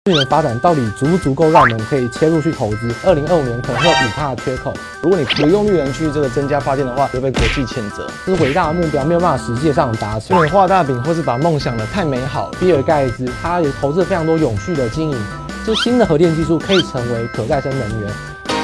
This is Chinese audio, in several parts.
绿能发展到底足不足够让我们可以切入去投资？2025年可能会有5%的缺口。 如果你不用绿能去这个增加发电的话，会被国际谴责。 这是伟大的目标，没有办法实际上达成。 就你画大饼，或是把梦想的太美好。 比尔盖茨他也投资了非常多永续的经营，就新的核电技术可以成为可再生能源。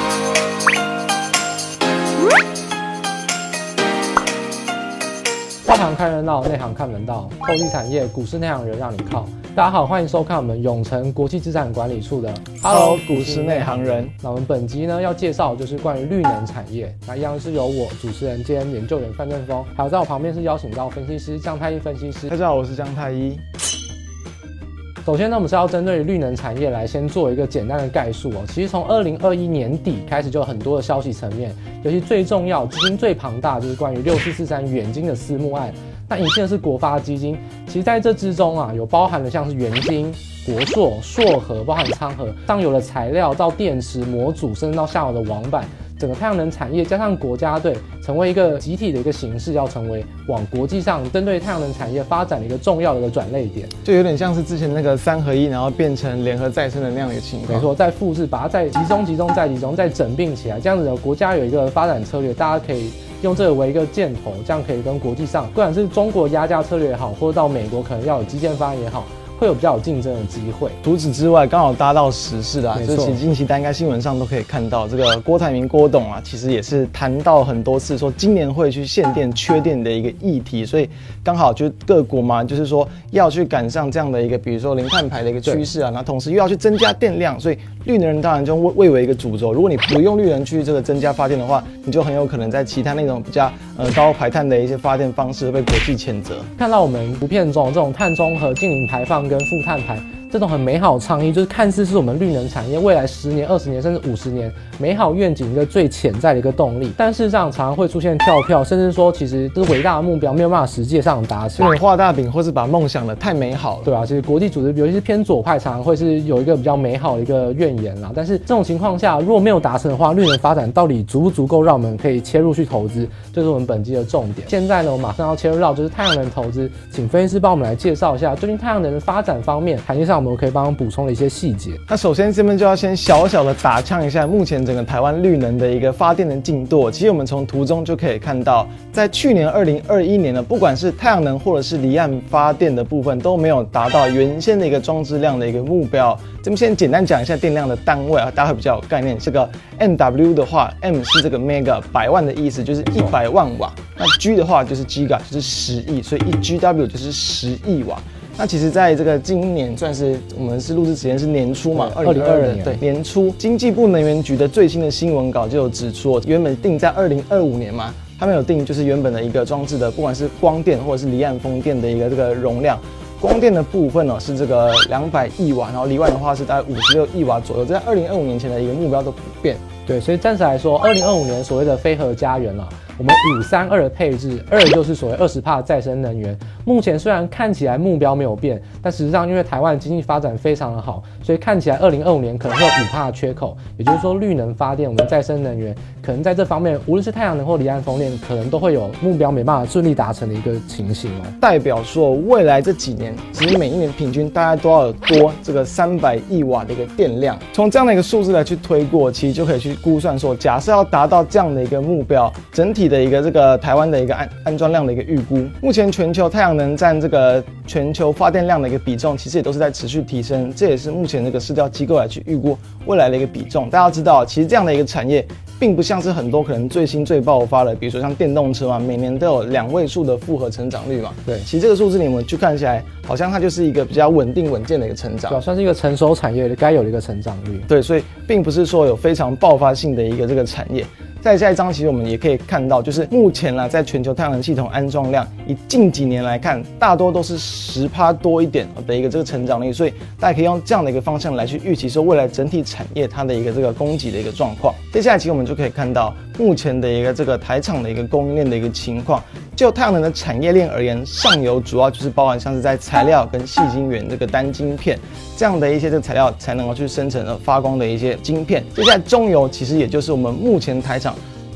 外行看热闹，内行看门道。透析产业，股市内行人让你靠。大家好，欢迎收看我们永诚国际资产管理处的 Hello 股市内行人。 那我们本集呢要介绍就是关于绿能产业，那一样是由我主持人兼研究员范正峰，还有在我旁边是邀请到分析师江太一分析师。 大家好，我是江太一。 首先呢，我们是要针对绿能产业来先做一个简单的概述哦。其实从2021年底开始就有很多的消息层面，尤其最重要、资金最庞大就是关于6443远金的私募案。那引进的是国发基金，其实在这之中啊，有包含了像是元晶、国硕、硕和，包含昌河，上游的材料到电池模组，甚至到下游的网板。整个太阳能产业加上国家队，成为一个集体的一个形式，要成为往国际上针对太阳能产业发展的一个重要的一个转捩点， 就有点像是之前那个3合1，然后变成联合再生的那样的一个情况。 没错，再复制，把它再集中、再整并起来，这样子的国家有一个发展策略，大家可以用这个为一个箭头，这样可以跟国际上，不管是中国压价策略也好，或者到美国可能要有基建方案也好。会有比较有竞争的机会。 除此之外，刚好搭到时事啦，就是其实近期大家应该新闻上都可以看到，这个郭台铭郭董啊，其实也是谈到很多次说今年会去限电缺电的一个议题，所以刚好就各国嘛，就是说要去赶上这样的一个，比如说零碳排的一个趋势啊，那同时又要去增加电量，所以绿能当然就蔚为一个主轴。如果你不用绿能去这个增加发电的话，你就很有可能在其他那种比较高排碳的一些发电方式被国际谴责。 看到我们图片中这种碳中和、净零排放跟负碳排这种很美好的倡议，就是看似是我们绿能产业未来10年、20年甚至50年美好愿景一个最潜在的一个动力，但事实上常常会出现跳票，甚至说其实这是伟大的目标没有办法实际上达成。 就你画大饼，或是把梦想的太美好了。 对啊，其实国际组织尤其是偏左派，常常会是有一个比较美好的一个怨言啦。但是这种情况下，如果没有达成的话，绿能发展到底足不足够让我们可以切入去投资，这是我们本期的重点。现在呢，我马上要切入到就是太阳能投资，请分析师帮我们来介绍一下，究竟太阳能的发展方面，产业上我们可以帮补充的一些细节。 那首先这边就要先小小的打枪一下目前整个台湾绿能的一个发电的进度。其实我们从图中就可以看到，在去年2021年呢，不管是太阳能或者是离岸发电的部分，都没有达到原先的一个装置量的一个目标。这边先简单讲一下电量的单位啊，大家会比较有概念。这个 MW 的话 ，M 是这个 mega 100万的意思，就是100万瓦。那 G 的话就是 Giga， 就是10亿，所以1GW 就是10亿瓦。那其实在这个今年算是我们是录制时间是年初嘛，2022年对年初，经济部能源局的最新的新闻稿就有指出，原本定在2025年嘛，他们有定就是原本的一个装置的，不管是光电或者是离岸风电的一个这个容量。光电的部分呢是这个200亿瓦，然后离岸的话是大概56亿瓦左右，这在2025年前的一个目标都不变。 对，所以暂时来说，2025年所谓的非核家园啊，我们532的配置，2就是所谓20%再生能源。目前虽然看起来目标没有变，但实际上因为台湾的经济发展非常的好，所以看起来2025年可能会有5%的缺口。也就是说，绿能发电，我们再生能源可能在这方面，无论是太阳能或离岸风电，可能都会有目标没办法顺利达成的一个情形哦。 代表说，未来这几年，其实每一年平均大家都要有多这个300亿瓦的一个电量。从这样的一个数字来去推过，其实就可以去估算说，假设要达到这样的一个目标，整体的一个这个台湾的一个安装量的一个预估，目前全球太阳能占这个全球发电量的一个比重，其实也都是在持续提升，这也是目前这个市调机构来去预估未来的一个比重。大家知道，其实这样的一个产业，并不像是很多可能最新最爆发的，比如说像电动车嘛，每年都有2位数的复合成长率嘛。对，其实这个数字你们去看起来，好像它就是一个比较稳定稳健的一个成长， 对，算是一个成熟产业该有的一个成长率。 对，所以并不是说有非常爆发性的一个这个产业。在下一章，其实我们也可以看到，就是目前啦，在全球太阳能系统安装量，以近几年来看，大多都是10%多一点的一个这个成长率，所以大家可以用这样的一个方向来去预期说未来整体产业它的一个这个供给的一个状况。接下来，其实我们就可以看到目前的一个这个台厂的一个供应链的一个情况。就太阳能的产业链而言，上游主要就是包含像是在材料跟矽晶圆这个单晶片这样的一些这个材料才能够去生成发光的一些晶片。接下来中游其实也就是我们目前台厂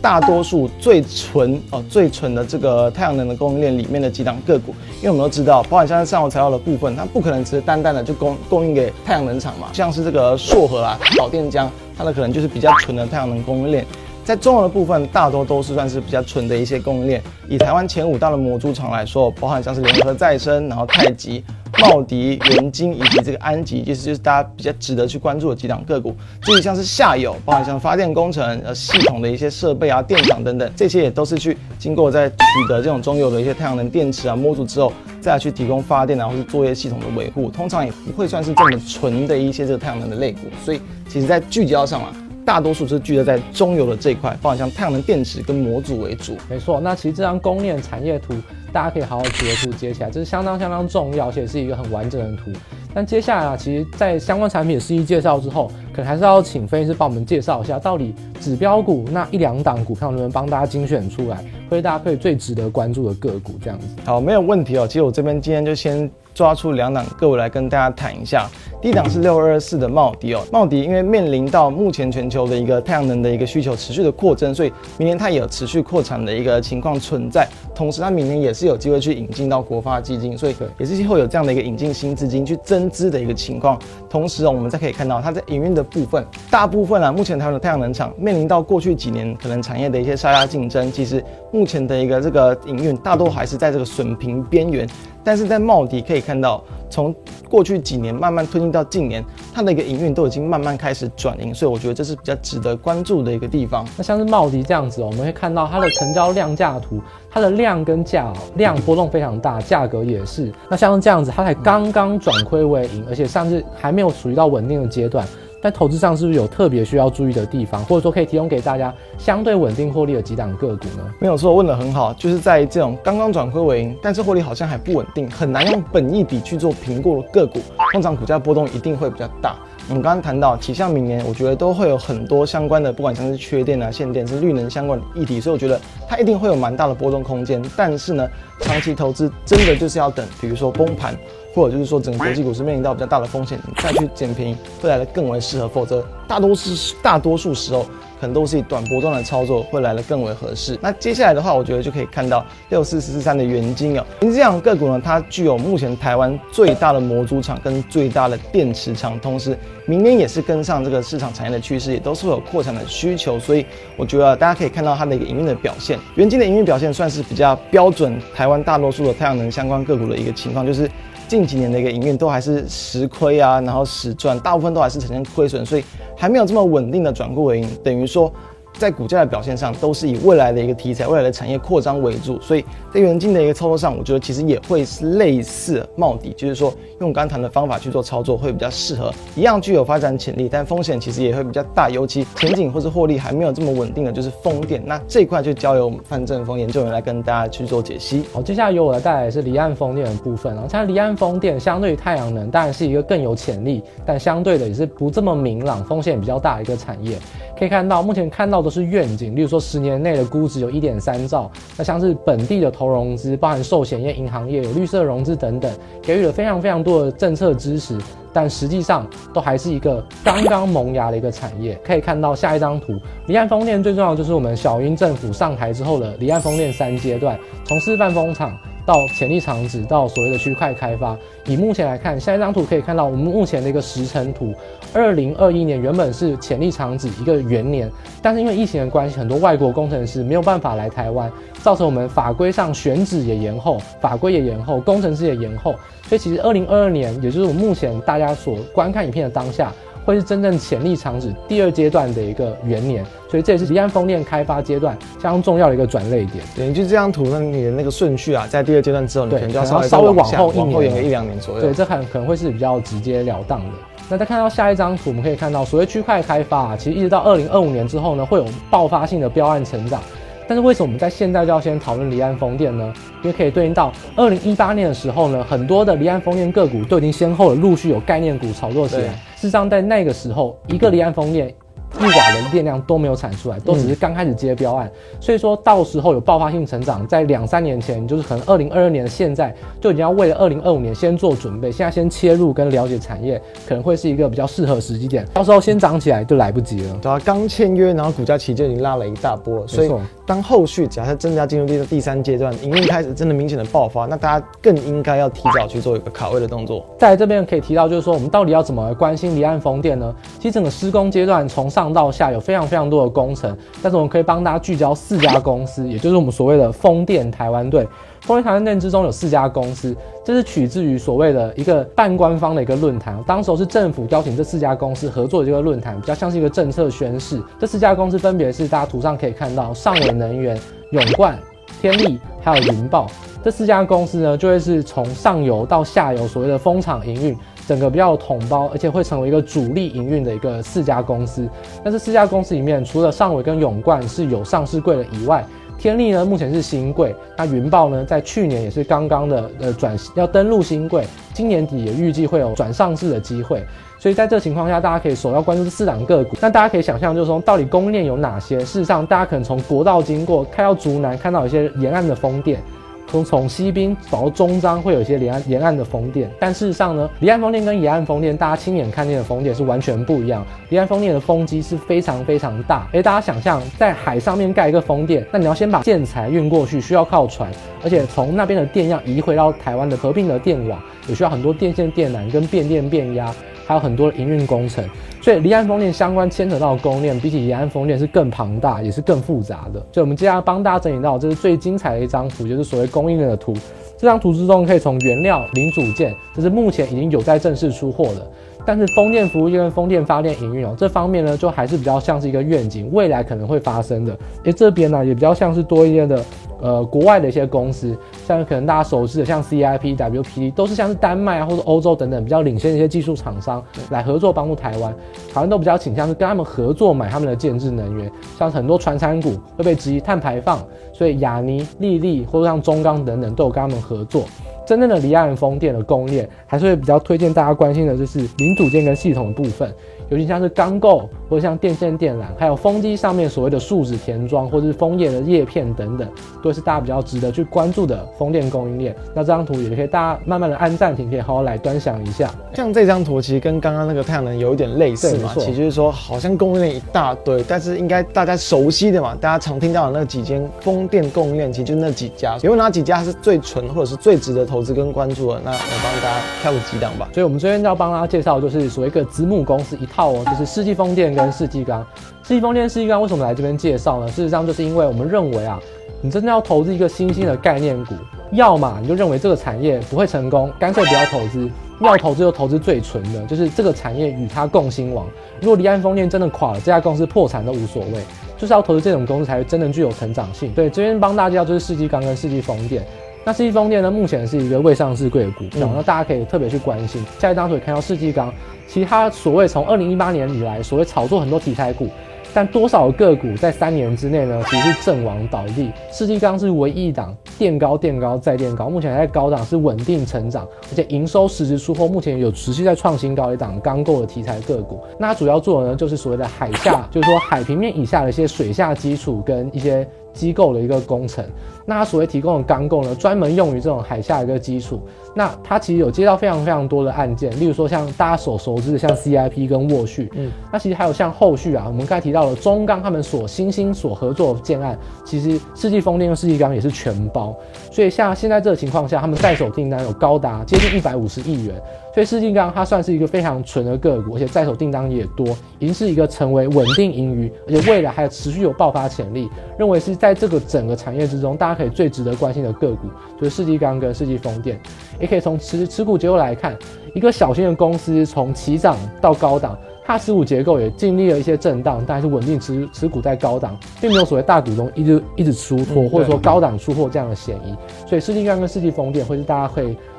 大多数最纯的这个太阳能的供应链里面的几档个股，因为我们都知道，包含像是上游材料的部分，它不可能只是单单的就供应给太阳能厂嘛，像是这个硕和啦、导电浆，它的可能就是比较纯的太阳能供应链。在中游的部分，大多都是算是比较纯的一些供应链。以台湾前5大的模组厂来说，包含像是联合再生，然后太极、茂迪、元晶以及这个安吉，就是大家比较值得去关注的几档个股。至于像是下游，包含像发电工程、系统的一些设备啊、电厂等等，这些也都是去经过在取得这种中游的一些太阳能电池啊、模组之后，再来去提供发电啊或是作业系统的维护，通常也不会算是这么纯的一些这个太阳能的类股。所以其实在聚焦上啊，大多数是聚焦在中游的这一块，包含像太阳能电池跟模组为主。 没错，那其实这张供链产业图，大家可以好好截图截起来，这是相当重要，而且是一个很完整的图。但接下来啊，其实在相关产品的示意介绍之后，可能还是要请分析师帮我们介绍一下，到底指标股那1-2档股票能不能帮大家精选出来，会大家可以最值得关注的个股这样子。 好，没有问题哦。其实我这边今天就先抓出2档个股来跟大家谈一下。第一档是6224的茂迪哦，茂迪因为面临到目前全球的一个太阳能的一个需求持续的扩增，所以明年它也有持续扩产的一个情况存在。同时，它明年也是有机会去引进到国发基金，所以也是会有这样的一个引进新资金去增资的一个情况。同时，我们再可以看到它在营运的部分，大部分目前台湾的太阳能厂面临到过去几年可能产业的一些杀价竞争，其实目前的一个这个营运大多还是在这个损平边缘。但是在茂迪可以看到，从过去几年慢慢推进到近年，它的一个营运都已经慢慢开始转盈，所以我觉得这是比较值得关注的一个地方。 那像是茂迪这样子，我们会看到它的成交量价图，它的量跟量波动非常大，价格也是。那像是这样子，它才刚刚转亏为盈，而且甚至还没有处于到稳定的阶段。在投资上是不是有特别需要注意的地方，或者说可以提供给大家相对稳定获利的几档个股呢？ 没有错，问得很好，就是在这种刚刚转亏为盈，但是获利好像还不稳定，很难用本益比去做评估的个股，通常股价波动一定会比较大。我们刚刚谈到，其像明年，我觉得都会有很多相关的，不管像是缺电啊、限电、是绿能相关的议题，所以我觉得它一定会有蛮大的波动空间。但是呢，长期投资真的就是要等，比如说崩盘，或者就是说整个国际股市面临到比较大的风险，你再去捡便宜会来得更为适合，否则大多数时候可能都是以短波段的操作会来得更为合适。那接下来的话，我觉得就可以看到64443的元晶哦，元晶这样的个股呢，它具有目前台湾最大的模组厂跟最大的电池厂，同时明年也是跟上这个市场产业的趋势，也都是会有扩产的需求，所以我觉得大家可以看到它的一个营运的表现。元晶的营运表现算是比较标准台湾大多数的太阳能相关个股的一个情况，就是近几年的一个营运都还是时亏啊，然后时赚，大部分都还是呈现亏损，所以还没有这么稳定的转亏为盈，等于说在股价的表现上都是以未来的一个题材、未来的产业扩张为主，所以在元晶的一个操作上，我觉得其实也会是类似茂迪，就是说用刚谈的方法去做操作会比较适合，一样具有发展潜力，但风险其实也会比较大，尤其前景或是获利还没有这么稳定的就是风电，那这一块就交由我们范正峰研究员来跟大家去做解析。 好，接下来由我来带来的是离岸风电的部分。像离岸风电相对于太阳能，当然是一个更有潜力，但相对的也是不这么明朗、风险比较大的一个产业。可以看到，目前看到的是愿景，例如说10年内的估值有1.3兆，那像是本地的投融资，包含寿险业、银行业有绿色融资等等，给予了非常多的政策支持，但实际上都还是一个刚刚萌芽的一个产业。可以看到下一张图，离岸风电最重要的就是我们小英政府上台之后的离岸风电3阶段，从示范风场到潜力场址到所谓的区块开发。以目前来看，下一张图可以看到我们目前的一个时程图，2021年原本是潜力场址一个元年，但是因为疫情的关系，很多外国工程师没有办法来台湾，造成我们法规上选址也延后，法规也延后，工程师也延后，所以其实2022年，也就是我目前大家所观看影片的当下，会是真正潜力场址第2阶段的一个元年，所以这也是离岸风电开发阶段相当重要的一个转捩点。 对，就这张图呢，你的那个顺序啊，在第2阶段之后，你可能就要稍微往后延个 1-2年左右。 对，这可能会是比较直截了当的。那再看到下一张图，我们可以看到所谓区块开发啊，其实一直到2025年之后呢，会有爆发性的标案成长。但是为什么我们在现在就要先讨论离岸风电呢？因为可以对应到2018年的时候呢，很多的离岸风电个股都已经先后的陆续有概念股炒作起来。事实上，在那个时候，一个离岸风电 1瓦的电量都没有产出来，都只是刚开始接标案。所以说到时候有爆发性成长，在2-3年前，就是可能2022年的现在就已经要为了2025年先做准备，现在先切入跟了解产业，可能会是一个比较适合时机点。到时候先涨起来就来不及了。 对啊，刚签约，然后股价其实就已经拉了一大波了，所以当后续假设真的要进入第3阶段，营运开始真的明显的爆发，那大家更应该要提早去做一个卡位的动作。 在这边可以提到，就是说我们到底要怎么关心离岸风电呢？其实整个施工阶段从上到下有非常多的工程，但是我们可以帮大家聚焦4家公司，也就是我们所谓的风电台湾队。风电台湾队之中有4家公司，这是取自于所谓的一个半官方的一个论坛，当时是政府邀请这4家公司合作的这个论坛，比较像是一个政策宣示。这4家公司分别是大家图上可以看到上尾能源、永冠、天力还有云豹。这4家公司呢，就会是从上游到下游所谓的风场营运，整个比较有统包，而且会成为一个主力营运的一个4家公司。那这4家公司里面，除了上尾跟永冠是有上市柜的以外，天力呢目前是新柜，那云豹呢在去年也是刚刚的要登陆新柜，今年底也预计会有转上市的机会。所以在这个情况下，大家可以首要关注这4档个股。那大家可以想象，就是说到底供应链有哪些？事实上，大家可能从国道经过，开到竹南，看到有些沿岸的风电。从西滨走到中彰会有一些沿岸的风电，但事实上呢，离岸风电跟沿岸风电，大家亲眼看见的风电是完全不一样。离岸风电的风机是非常大，大家想象在海上面盖一个风电，那你要先把建材运过去，需要靠船，而且从那边的电要移回到台湾的合并的电网，也需要很多电线电缆跟变电变压，还有很多的营运工程。所以离岸风电相关牵扯到的供应链，比起沿岸风电是更庞大，也是更复杂的。所以我们接下来帮大家整理到，这是最精彩的一张图，就是所谓供应链的图。这张图之中可以从原料、零组件，这是目前已经有在正式出货的。但是风电服务业跟风电发电营运这方面呢，就还是比较像是一个愿景，未来可能会发生的。这边呢也比较像是多一些的国外的一些公司，像可能大家熟知的像 CIP、WPD 都是像是丹麦啊或者欧洲等等比较领先的一些技术厂商来合作帮助台湾。台湾都比较倾向是跟他们合作买他们的建制能源，像很多传产股会被质疑碳排放，所以亚泥、力利或者像中钢等等都有跟他们合作。真正的离岸风电的供应链，还是会比较推荐大家关心的，就是零组件跟系统的部分，尤其像是钢构或者像电线电缆，还有风机上面所谓的树脂填装或者是枫叶的叶片等等，都是大家比较值得去关注的风电供应链。那这张图也可以大家慢慢的按暂停，可以好好来端详一下。 像这张图其实跟刚刚那个太阳能有一点类似嘛，其实就是说好像供应链一大堆，但是应该大家熟悉的嘛，大家常听到的那几间风电供应链，其实就那几家，有哪几家是最纯或者是最值得投资跟关注的？那我帮大家挑个几档吧。 所以我们这边要帮大家介绍，就是所谓一个子母公司一套就是世纪风电跟世纪钢。世纪风电、世纪钢为什么来这边介绍呢？事实上就是因为我们认为你真的要投资一个新兴的概念股，要嘛你就认为这个产业不会成功，干脆不要投资；要投资就投资最纯的，就是这个产业与它共兴亡。如果离岸风电真的垮了，这家公司破产都无所谓，就是要投资这种公司才会真的具有成长性。对，这边帮大家介绍就是世纪钢跟世纪风电。那世纪风电呢，目前是一个未上市柜的股票，那大家可以特别去关心。下一张图可以看到世纪钢，其实它所谓从2018年以来，所谓炒作很多题材股，但多少个股在3年之内呢，其实是阵亡倒地。世纪钢是唯一一档垫高再垫高，目前还在高档，是稳定成长，而且营收实质出货，目前有持续在创新高的一档钢构的题材个股。那它主要做的呢，就是所谓的海下，就是说海平面以下的一些水下基础跟一些机构的一个工程。那它所谓提供的钢构呢，专门用于这种海下的一个基础。那它其实有接到非常多的案件，例如说像大家所熟知的像 CIP 跟沃旭，那其实还有像后续我们刚才提到的中钢他们新兴所合作的建案，其实世纪风电跟世纪钢也是全包。所以像现在这个情况下，他们在手订单有高达接近150亿元，所以世纪钢它算是一个非常纯的个股，而且在手订单也多，已经是一个成为稳定盈余，而且未来还有持续有爆发潜力，认为是在这个整个产业之中，大家可以最值得关心的个股就是世纪钢跟世纪风电。也可以从持股结构来看，一个小型的公司从起涨到高档，它持股结构也经历了一些震荡，但还是稳定持股在高档，并没有所谓大股东一直出脱，或者说高档出货这样的嫌疑。所以世纪钢跟世纪风电会是大家会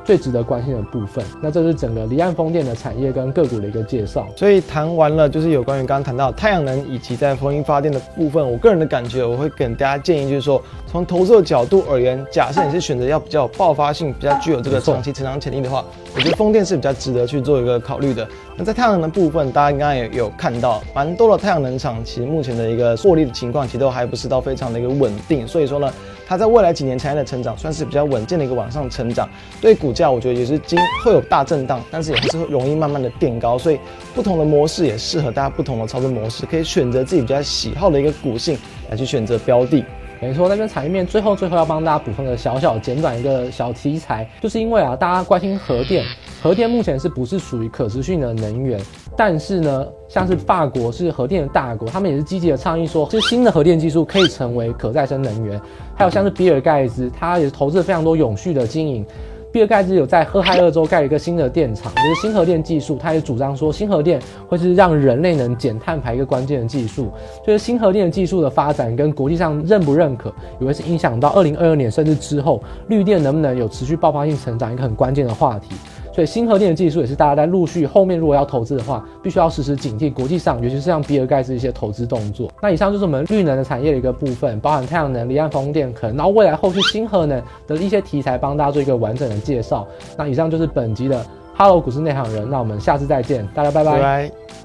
最值得关心的部分。那这是整个离岸风电的产业跟个股的一个介绍。 所以谈完了就是有关于刚刚谈到太阳能以及在风力发电的部分，我个人的感觉，我会给大家建议就是说，从投资的角度而言，假设你是选择要比较有爆发性、比较具有这个长期成长潜力的话，我觉得风电是比较值得去做一个考虑的。那在太阳能的部分，大家刚刚也有看到，蛮多的太阳能厂其实目前的一个获利的情况，其实都还不是到非常的一个稳定，所以说呢，它在未来几年产业的成长算是比较稳健的一个往上成长，对股价我觉得也是会有大震荡，但是也还是会容易慢慢的垫高，所以不同的模式也适合大家不同的操作模式，可以选择自己比较喜好的一个股性来去选择标的。 没错，那边产业面最后要帮大家补充个小简短一个小题材，就是因为大家关心核电，核电目前是不是属于可持续的能源？但是呢，像是法国是核电的大国，他们也是积极的倡议说，这新的核电技术可以成为可再生能源。还有像是比尔盖茨，他也投资了非常多永续的经营。比尔盖茨有在俄亥俄州盖了一个新的电厂，就是新核电技术，他也主张说新核电会是让人类能减碳排一个关键的技术。就是新核电技术的发展跟国际上认不认可，也会是影响到2022年甚至之后绿电能不能有持续爆发性成长一个很关键的话题。所以新核电的技术也是大家在陆续后面如果要投资的话，必须要时时警惕国际上，尤其是像比尔盖茨一些投资动作。那以上就是我们绿能的产业的一个部分，包含太阳能、离岸风电，可能到未来后续新核能的一些题材，帮大家做一个完整的介绍。那以上就是本集的 Hello 股市内行人，那我们下次再见，大家拜拜。 拜拜。